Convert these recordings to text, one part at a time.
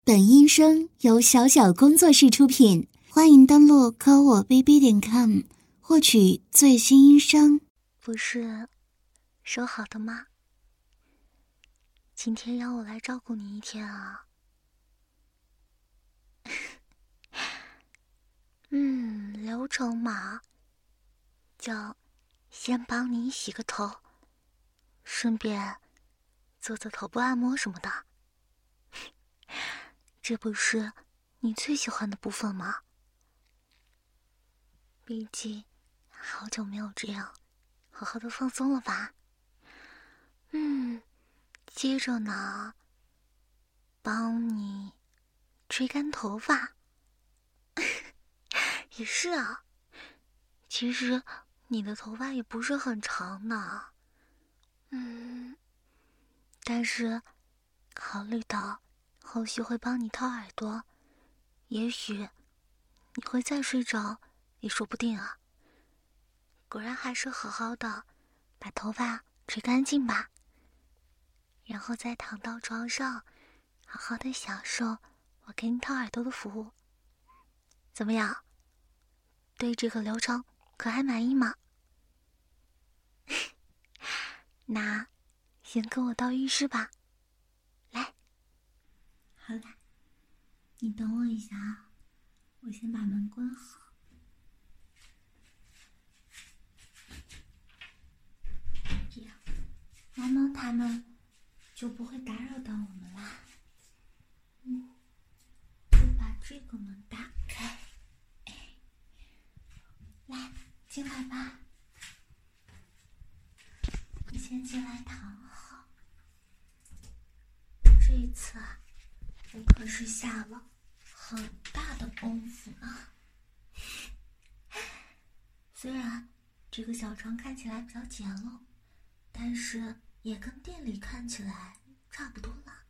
本音声由小小工作室出品，欢迎登录科我 bb.com 获取最新音声。 不是说好的吗？今天让我来照顾你一天啊。流程嘛，就先帮你洗个头，顺便做做头部按摩什么的。这不是你最喜欢的部分吗？毕竟好久没有这样好好的放松了吧。接着呢，帮你吹干头发。也是啊，其实你的头发也不是很长呢。但是考虑到后续会帮你掏耳朵，也许你会再睡着也说不定啊。果然还是好好的把头发吹干净吧，然后再躺到床上，好好的享受我给你掏耳朵的服务。怎么样？对这个流程可还满意吗？那先跟我到浴室吧。来。 好啦，你等我一下啊，我先把门关好。这样，猫猫它们就不会打扰到我们啦。就把这个门打开。来，进来吧。你先进来躺好。这一次啊，我可是下了很大的功夫呢。虽然这个小床看起来比较简陋，但是也跟店里看起来差不多啦。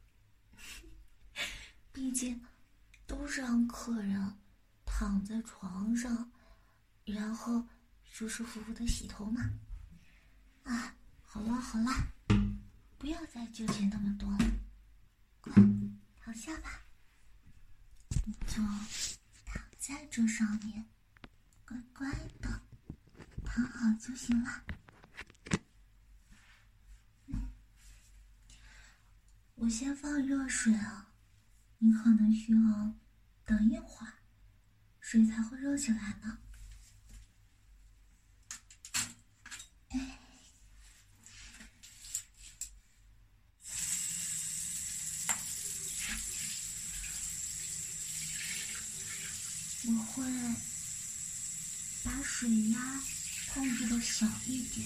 毕竟都是让客人躺在床上，然后舒舒服服的洗头嘛。啊，好了好了，不要再纠结那么多了，快躺下吧。你就躺在这上面，乖乖的躺好就行了。我先放热水啊，你可能需要等一会儿，水才会热起来呢。我会把水压控制的小一点，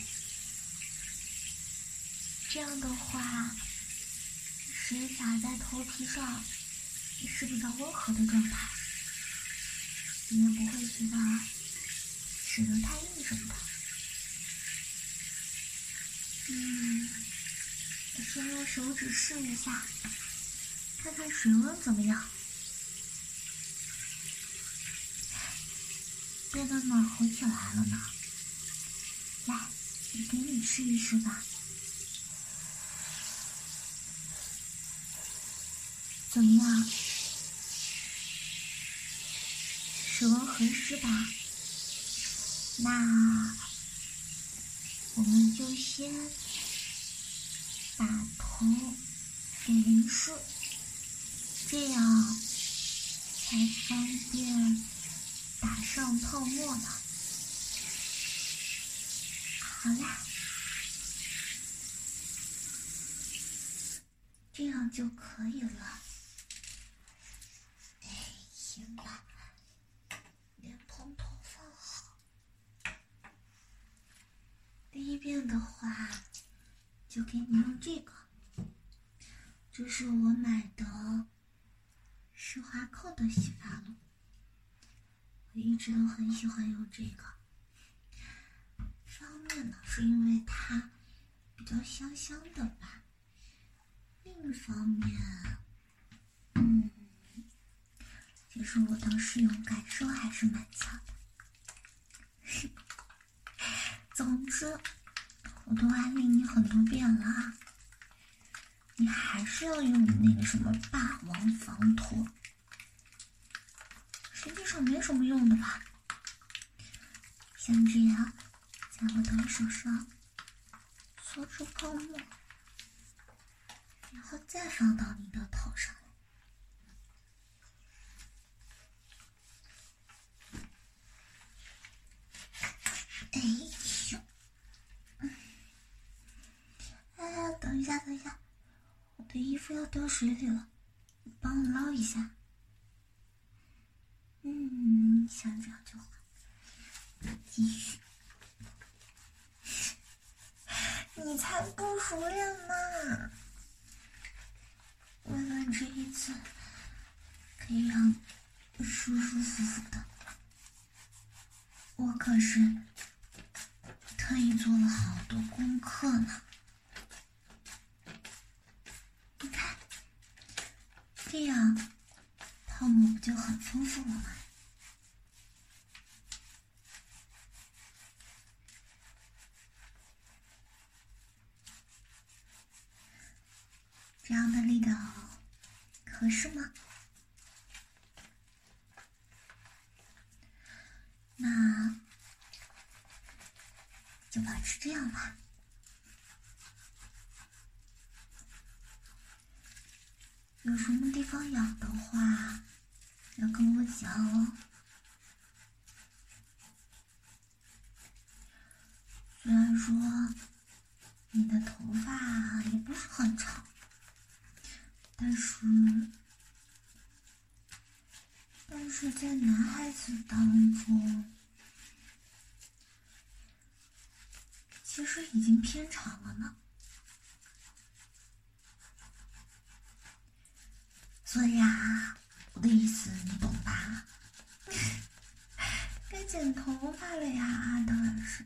这样的话，水洒在头皮上是比较温和的状态，你也不会觉得水得太硬什么的。我先用手指试一下，看看水温怎么样。变得暖和起来了呢。来，我给你试一试吧。怎么样？水温合适吧？那我们就先把头给淋湿，这样才方便打上泡沫呢。好啦，这样就可以了。先把脸盆头放好。第一遍的话，就给你用这个，这是我买的施华蔻的洗发露，我一直都很喜欢用这个。方面呢，是因为它比较香香的吧。另一方面，其实我的使用感受还是蛮强的。总之，我都安利你很多遍了啊，你还是要用那个什么霸王防脱， 什么用的吧？像这样，在我的手上搓出泡沫，然后再放到你的头上。哎呦！哎，等一下，我的衣服要掉水里了，你帮我捞一下。像这样就好。继续。你才不熟练呢！为了这一次可以让舒舒服服的，我可是特意做了好多功课呢。你看，这样泡沫不就很丰富了吗？这样的力道合适吗？那就保持这样吧。有什么地方痒的话，要跟我讲哦。虽然说你的头发也不是很长，但是在男孩子当中，其实已经偏长了呢。所以啊，我的意思你懂吧？该剪头发了呀，当然是。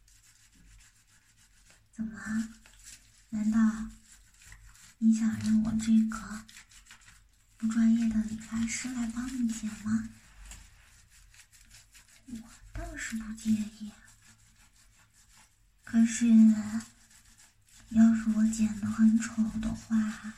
怎么？难道你想让我这个不专业的理发师来帮你剪吗？我倒是不介意。可是，要是我剪得很丑的话，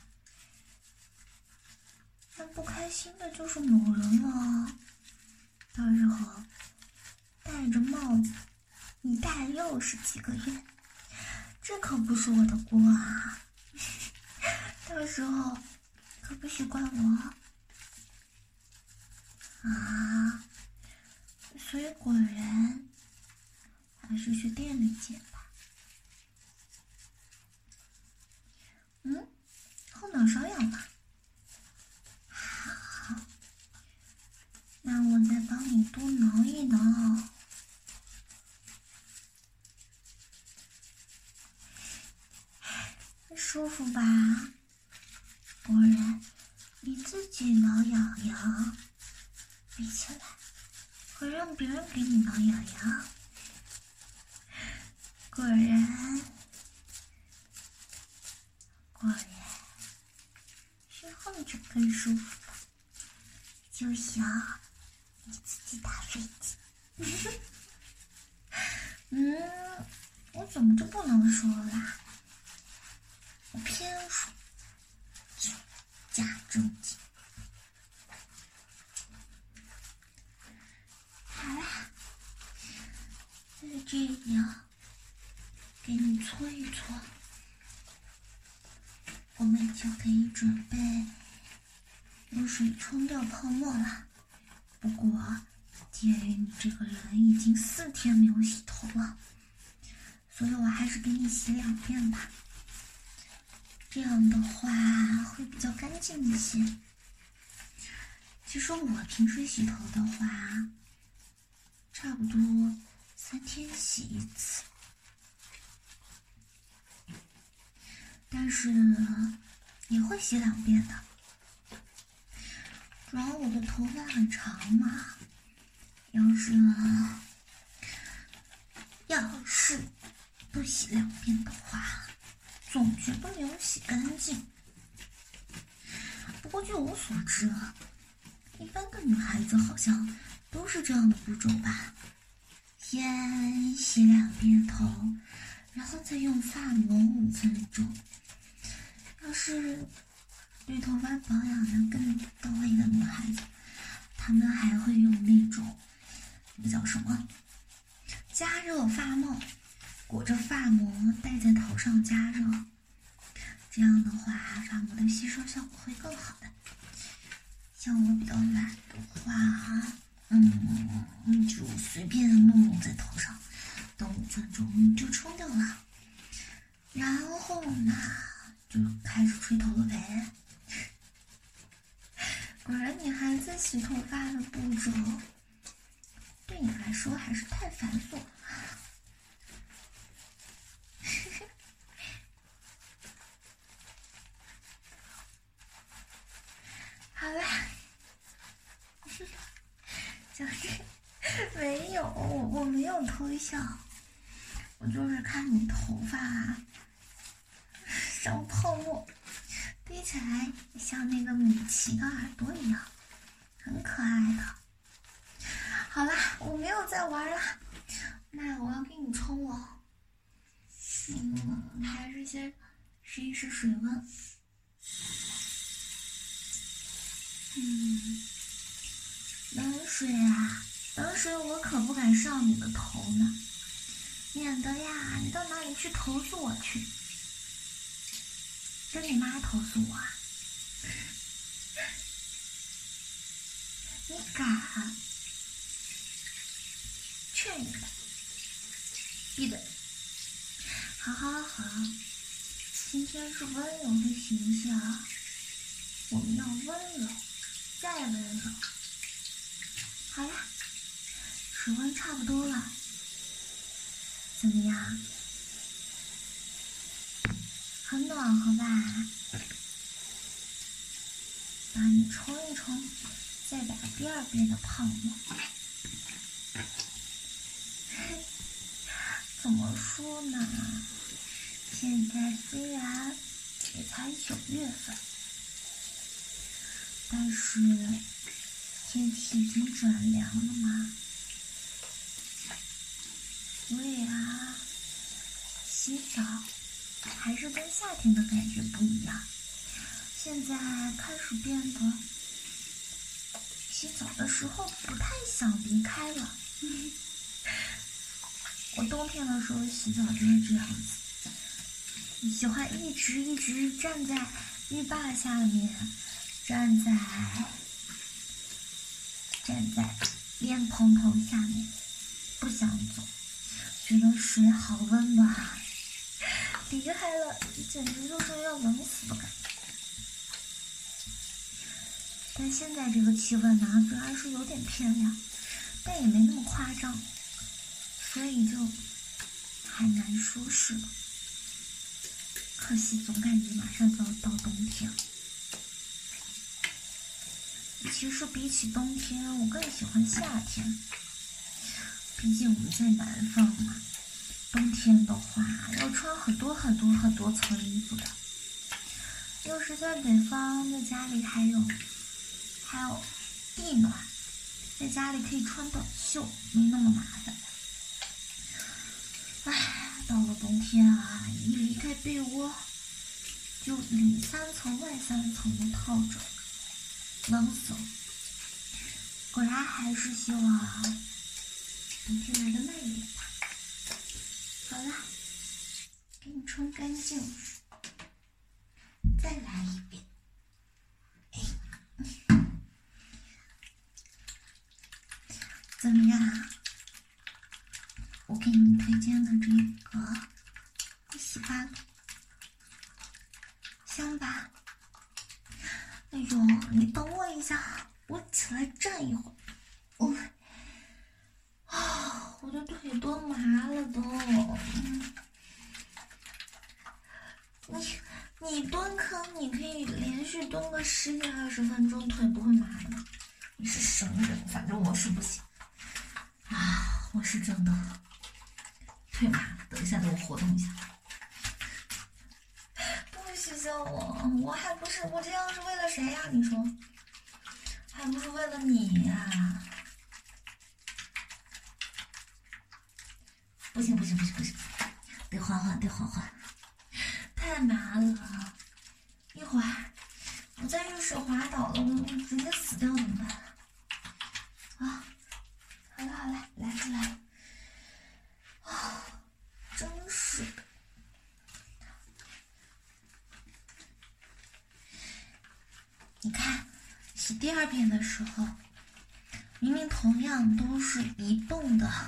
那不开心的就是某人了。到时候戴着帽子，你戴60几个月，这可不是我的锅啊！到时候可不许怪我啊！所以果然还是去店里剪吧。后脑勺痒吗？好，那我再帮你多挠一挠，舒服吧？果然，你自己挠痒痒，比起来和让别人给你挠痒痒，果然是后者更舒服吧？就像你自己打飞机。我怎么就不能说啦？我偏说，假正经。好啦，就这样，给你搓一搓，我们就可以准备用水冲掉泡沫了。不过，鉴于你这个人已经4天没有洗头了，所以我还是给你洗2遍吧。这样的话会比较干净一些。其实我平时洗头的话，差不多3天洗1次，但是也会洗2遍的。主要我的头发很长嘛，要是不洗2遍的话，总觉得没有洗干净。不过据我所知，一般的女孩子好像都是这样的步骤吧：先洗2遍头，然后再用发膜5分钟。要是对头发保养的更到位的女孩子，她们还会用那种上加热，这样的话发膜的吸收效果会更好的。像我比较懒的话，就随便弄在头上，等5分钟就冲掉了。然后呢，就开始吹头了呗。果然，女孩子洗头发的步骤，对你来说还是太繁琐了。好啦，就是没有，我没有偷笑，我就是看你头发上泡沫，滴起来像那个米奇的耳朵一样，很可爱的。好啦，我没有再玩了，那我要给你冲了。还是先试一试水温。冷水啊，冷水我可不敢上你的头呢，免得呀你到哪里去投诉我去，跟你妈投诉我啊？你敢？劝你的，闭嘴！好，今天是温柔的形象，我们要温柔，再温柔。好啦，水温差不多了，怎么样？很暖和吧？帮你冲一冲，再打第2遍的泡沫。怎么说呢？现在虽然也才9月份，但是天气已经转凉了嘛，所以啊，洗澡还是跟夏天的感觉不一样。现在开始变得洗澡的时候不太想离开了。我冬天的时候洗澡就是这样子，喜欢一直站在浴霸下面，站在莲蓬头下面，不想走，觉得水好温暖，离开了简直就是要冷死的感觉。但现在这个气温呢，虽然是有点偏凉，但也没那么夸张，所以就还蛮舒适的。可惜总感觉马上就要到冬天了。其实比起冬天，我更喜欢夏天。毕竟我们在南方嘛，冬天的话要穿很多层衣服的。要是在北方，在家里还有地暖，在家里可以穿短袖，没那么麻烦。到了冬天啊，一离开被窝，就里3层外3层的套着，冷死了。果然还是希望冬天来的慢一点吧。好了，给你冲干净，再来一遍。怎么样？我给你推荐的这个洗发露香吧？哎呦，你等我一下，我起来站一会儿。我的腿都麻了都。你蹲坑，你可以连续蹲个10几20分钟，腿不会麻的吗？你是神人，反正我是不行。我是真的腿麻了，等一下，等我活动一下。不许笑我，我这样是为了谁呀？你说，还不是为了你呀？不行，得缓缓，太麻了，一会儿我在浴室滑倒了，我直接死掉怎么办？好了，来了，真是的， 洗第二遍的时候，明明同样都是一泵的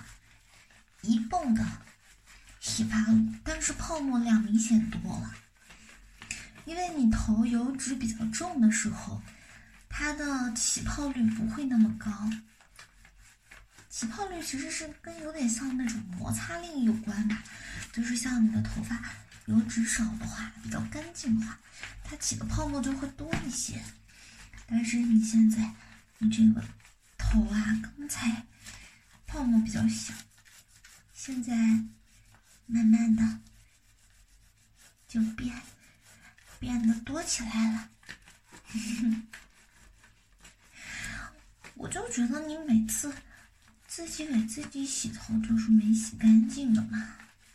洗发露，但是泡沫量明显多了。因为你头油脂比较重的时候，它的起泡率不会那么高。起泡率其实是跟有点像那种摩擦力有关吧，就是像你的头发油脂少的话，比较干净的话，它起的泡沫就会多一些。但是你现在你这个头啊，刚才泡沫比较小，现在慢慢的就变得多起来了。我就觉得你每次自己给自己洗头就是没洗干净的嘛。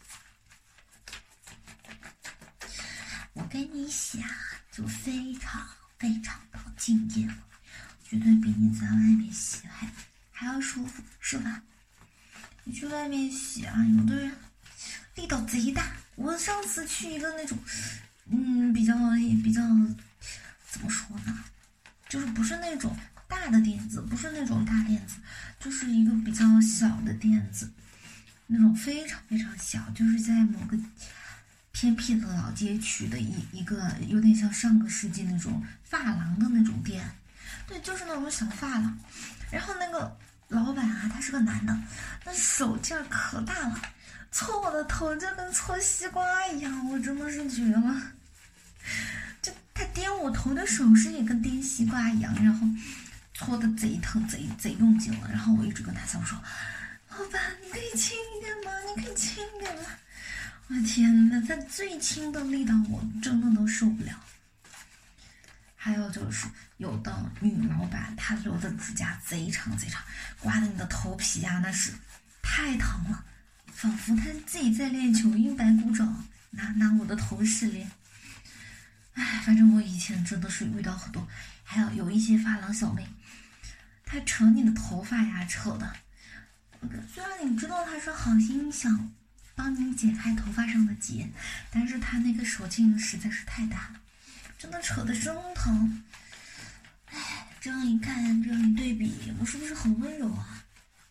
我给你洗啊，就非常的敬业了，绝对比你在外面洗还要舒服，是吧？你去外面洗啊，有的人力道贼大。我上次去一个那种，比较怎么说呢？就是不是那种大的店子，不是那种大店子，就是一个比较小的店子，那种非常小，就是在某个偏僻的老街区的一个有点像上个世纪那种发廊的那种店，对，就是那种小发廊。然后那个老板啊，他是个男的，那手劲儿可大了，搓我的头就跟搓西瓜一样，我真的是绝了。就他掂我头的手势也跟掂西瓜一样，然后搓的贼疼贼用劲了。然后我一直跟他说：“老板，你可以轻一点吗？你可以轻一点吗？”我的天哪，他最轻的力道我真的都受不了。还有就是有的女老板，她留的指甲贼长，刮的你的头皮啊，那是太疼了，仿佛她自己在练球，硬白骨爪，拿我的头试炼。反正我以前真的是遇到很多，还有一些发廊小妹，她扯你的头发呀，扯的，虽然你知道她是好心想帮你解开头发上的结，但是她那个手劲实在是太大了，真的扯得生疼。这样一看，这样一对比，我是不是很温柔啊？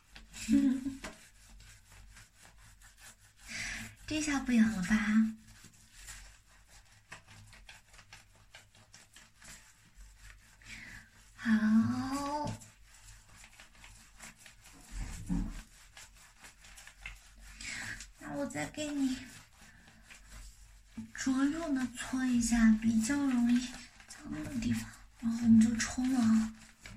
这下不痒了吧？好，那我再给你着重的搓一下比较容易脏的地方，然后我们就冲了啊。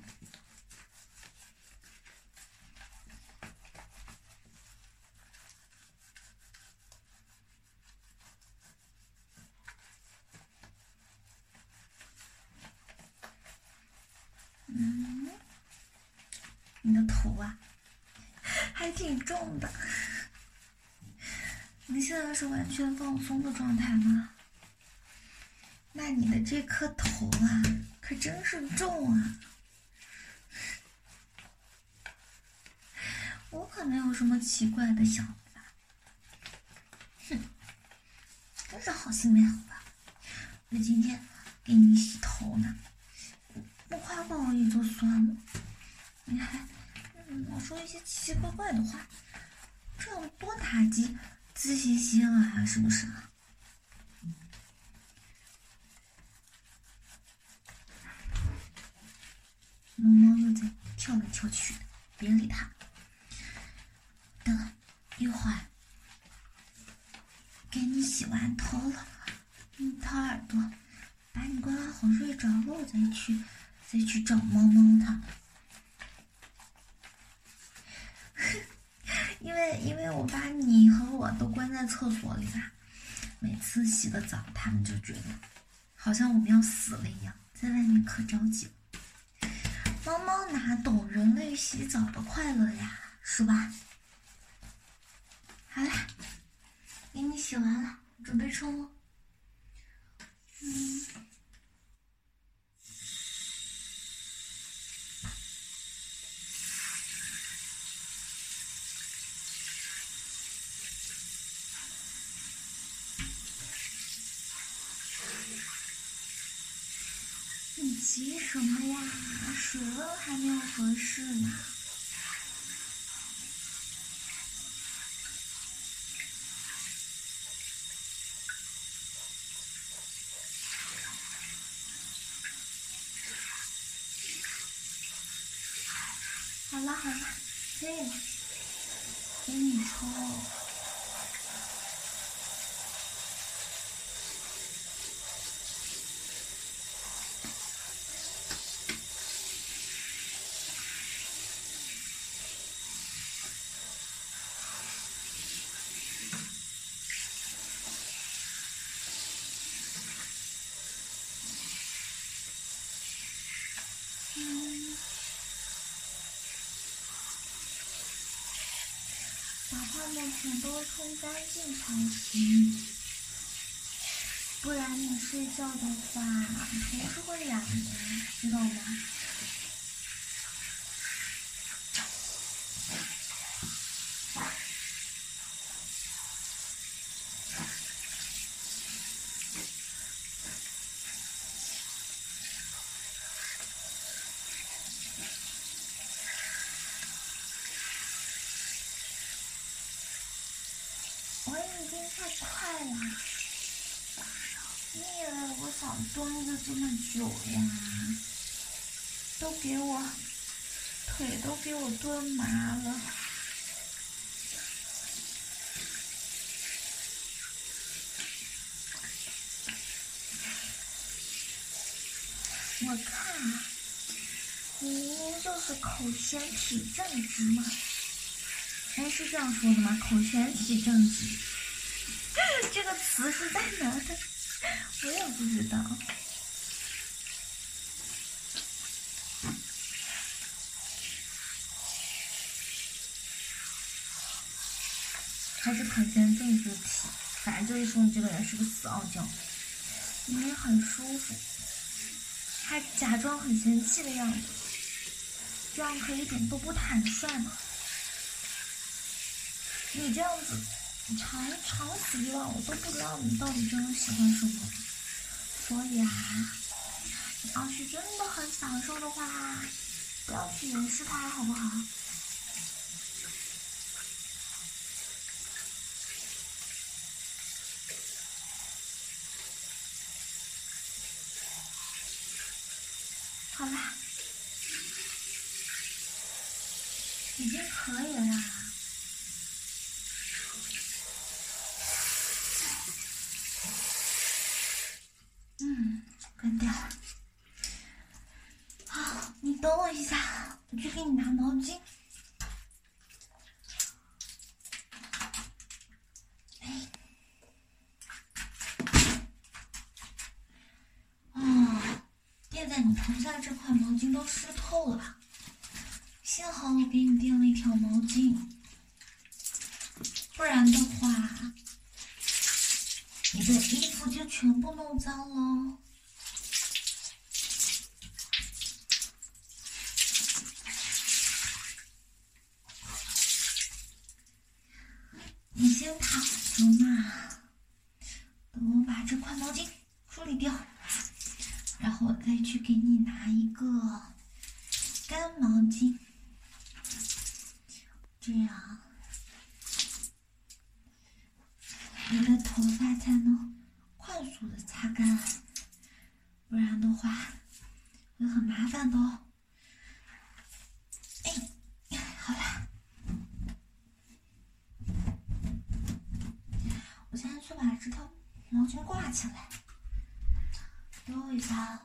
你的头啊，还挺重的。你现在是完全放松的状态吗？那你的这颗头啊，可真是重啊！我可没有什么奇怪的想法。真是好心没好报。我今天给你洗头呢，不夸夸我也就算了，你还老说一些奇奇怪怪的话，这样多打击自信心啊，是不是啊？猫猫又在跳来跳去的，别理它。等一会儿给你洗完头了，给你掏耳朵，把你乖乖好睡着了，我再去找猫猫它。因为我把你和我都关在厕所里啦，每次洗了澡，他们就觉得好像我们要死了一样，在外面可着急了。猫猫哪懂人类洗澡的快乐呀，是吧？好啦，给你洗完了，准备冲了。你急什么呀？ 水温还没有合适呢。好了好了，可以了，给你抽。把泡沫全都冲干净才行，不然你睡觉的话头是会痒的，知道吗？我已经太快了，你以为我想蹲着这么久呀？腿都给我蹲麻了。我看啊，你明明就是口嫌体正直嘛。哎，是这样说的吗？口嫌体正直，这个词是在哪的？我也不知道。还是口嫌正直体，反正就是说你这个人是个死傲娇，明明很舒服，还假装很嫌弃的样子，这样可以一点都不坦率嘛。你这样子长此以往，我都不知道你到底真的喜欢什么。所以啊，你要是真的很享受的话，不要去掩饰它，好不好？好啦，已经可以了啦。关掉。好，你等我一下，我去给你拿毛巾。垫在你头下这块毛巾都湿透了，幸好我给你垫了一条毛巾，不然的话，你的衣服就全部弄脏了。你先躺着嘛，等我把这块毛巾处理掉，然后我再去给你拿一个干毛巾，这样你的头发才能快速的擦干，不然的话会很麻烦的哦。好啦，我现在去把这条毛巾挂起来，等我一下。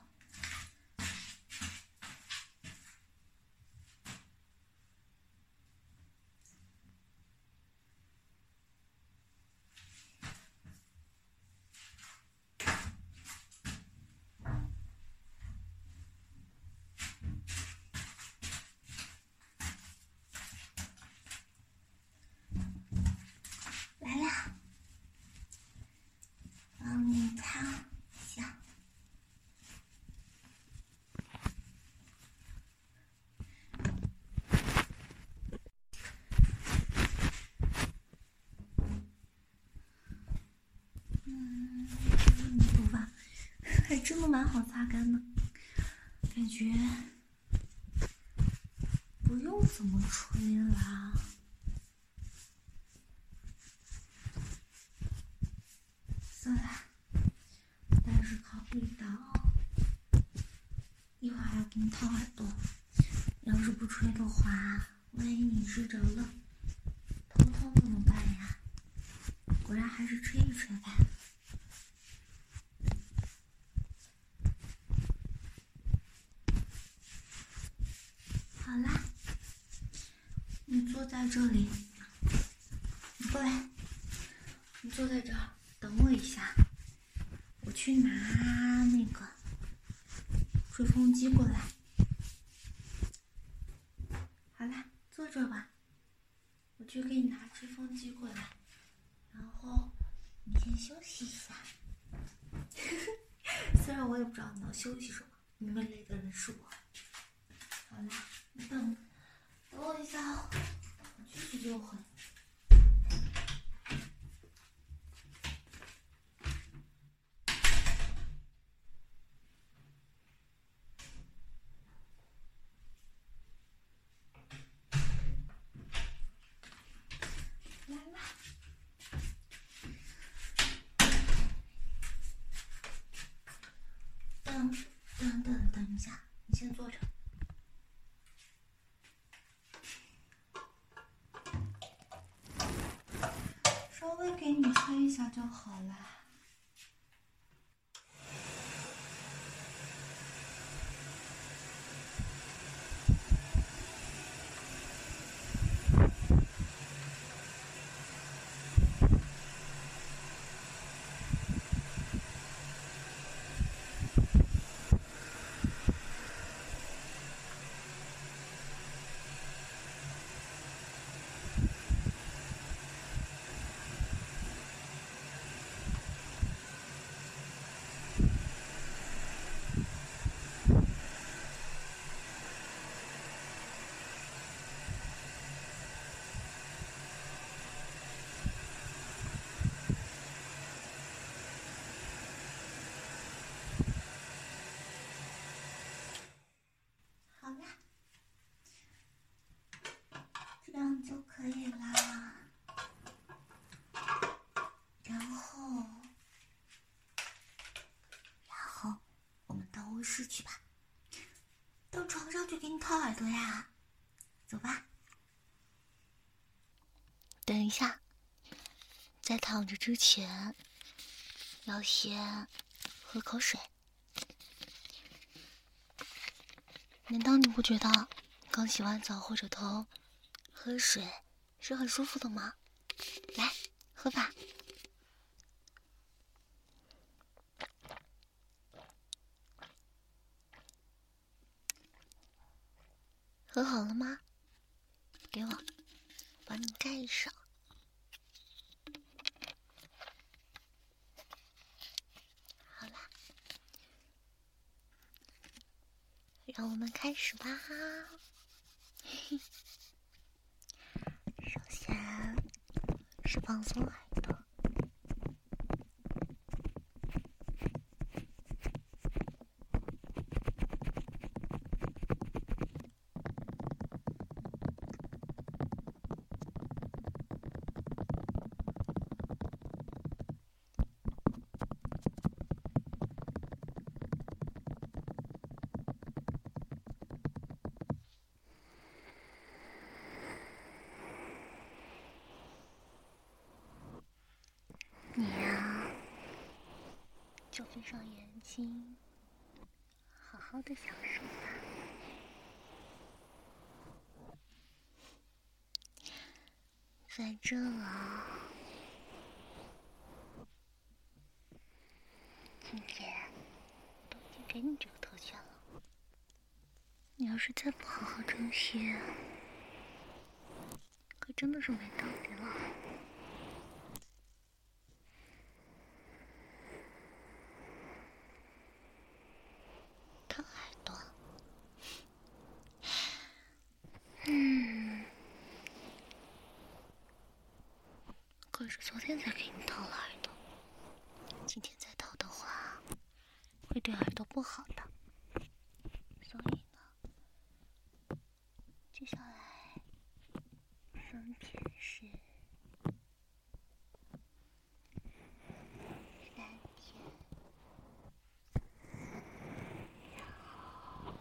来啦，帮你擦一下。头发还真的蛮好擦干的，感觉怎么吹啦？算了，但是考虑到一会儿要给你掏耳朵，要是不吹的话，万一你睡着了，头痛怎么办呀？果然还是吹一吹吧。好啦，你坐在这里，你过来，你坐在这儿等我一下，我去拿那个吹风机过来。好啦，坐这吧，我去给你拿吹风机过来，然后你先休息一下。虽然我也不知道你要休息什么，因为累的人是我。好啦，你等我一下哦，我继续就会。来啦，等一下，你先坐着。稍微给你吹一下就好了。好啦，这样就可以啦。然后我们到卧室去吧，到床上去给你掏耳朵呀。走吧。 等一下，在躺着之前，要先喝口水。难道你不觉得刚洗完澡或者头，喝水是很舒服的吗？来，喝吧。喝好了吗？给我，把你盖上。好啦，让我们开始吧。首先是放松耳朵。你呀，就闭上眼睛，好好的享受吧。反正啊，今天都已经给你这个特权了，你要是再不好好珍惜，可真的是没道理了。掏耳朵，可是昨天才给你掏了耳朵，今天再掏的话，会对耳朵不好的。所以呢，接下来冬天是3天，然后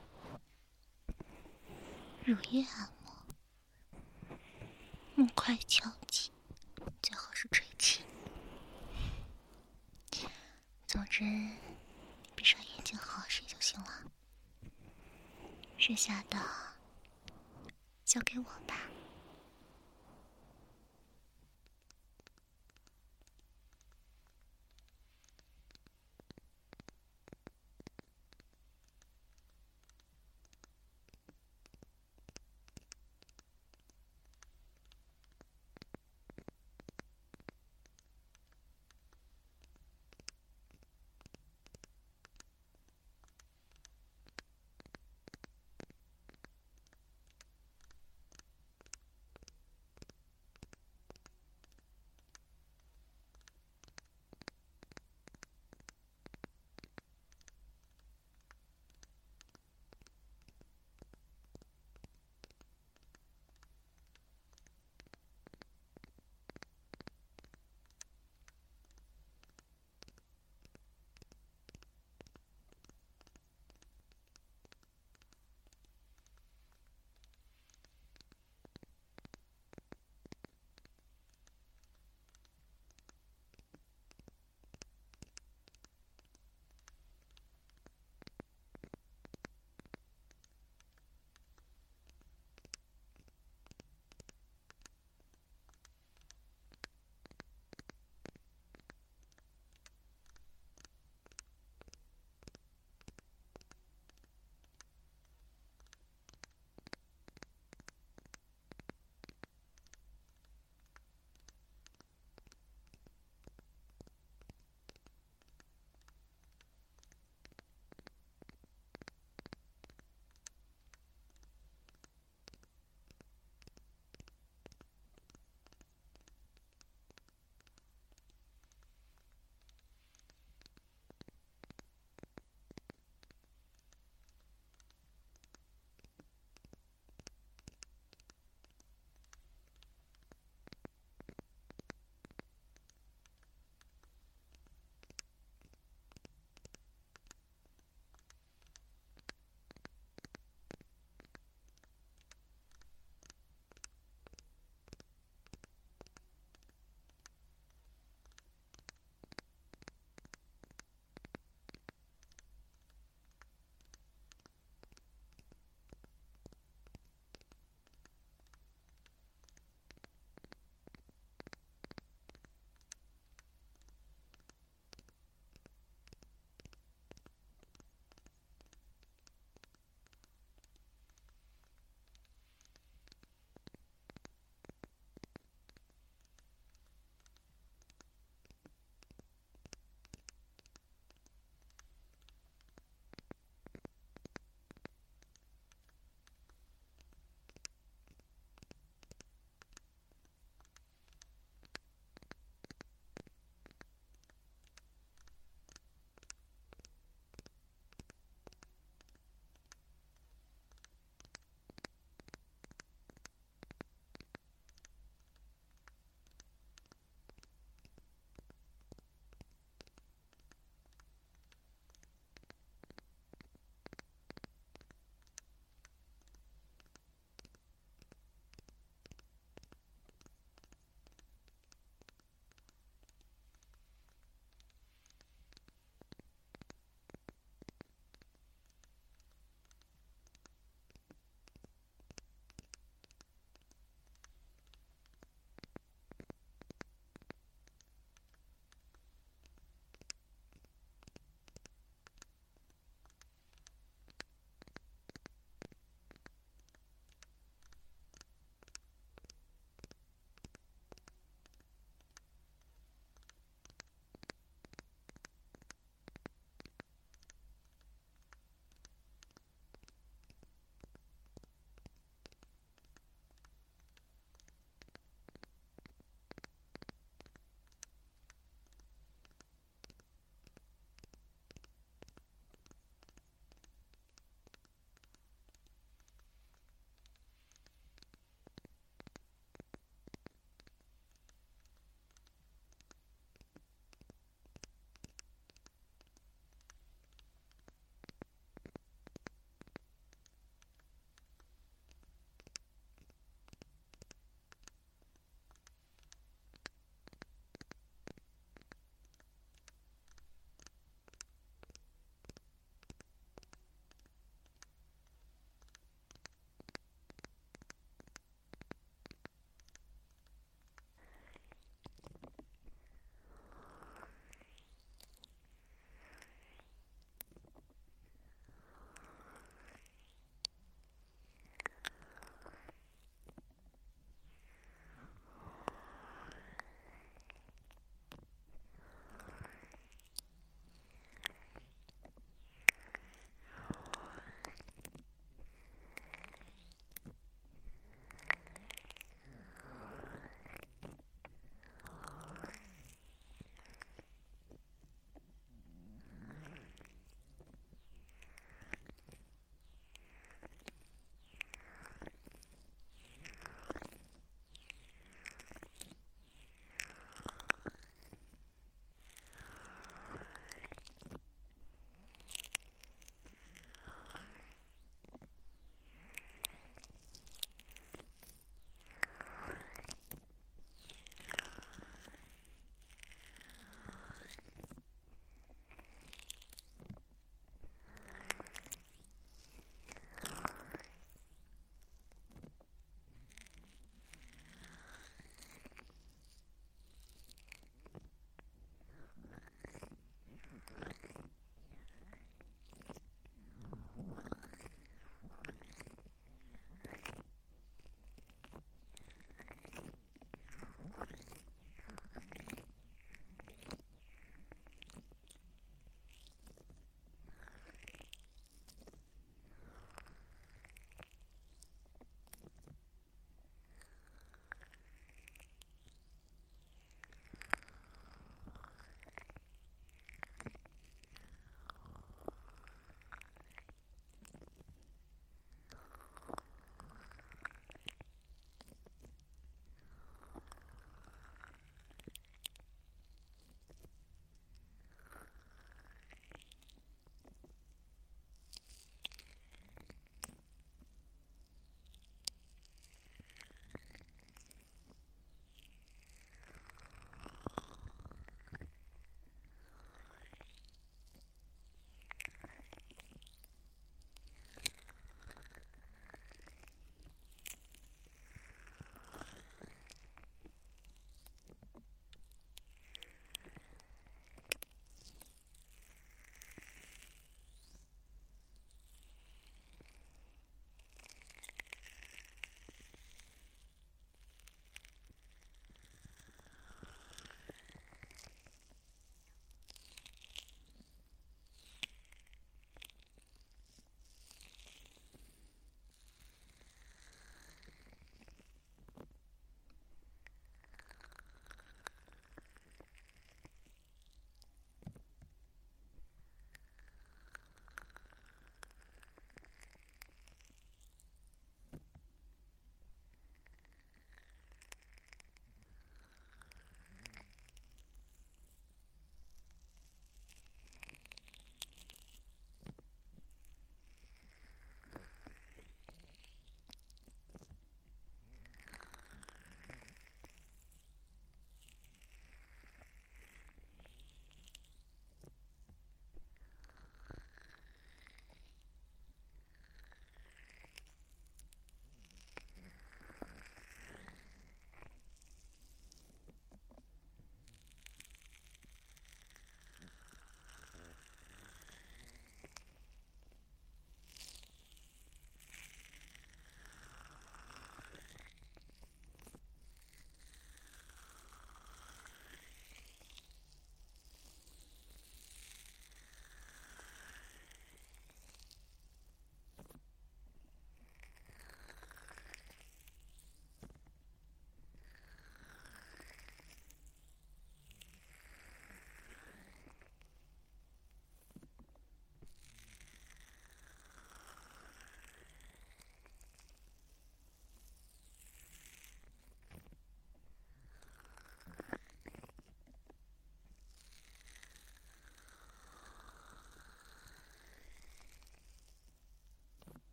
乳液按摩，木块敲击，最好是吹气。总之，你闭上眼睛好好睡就行了。剩下的交给我吧。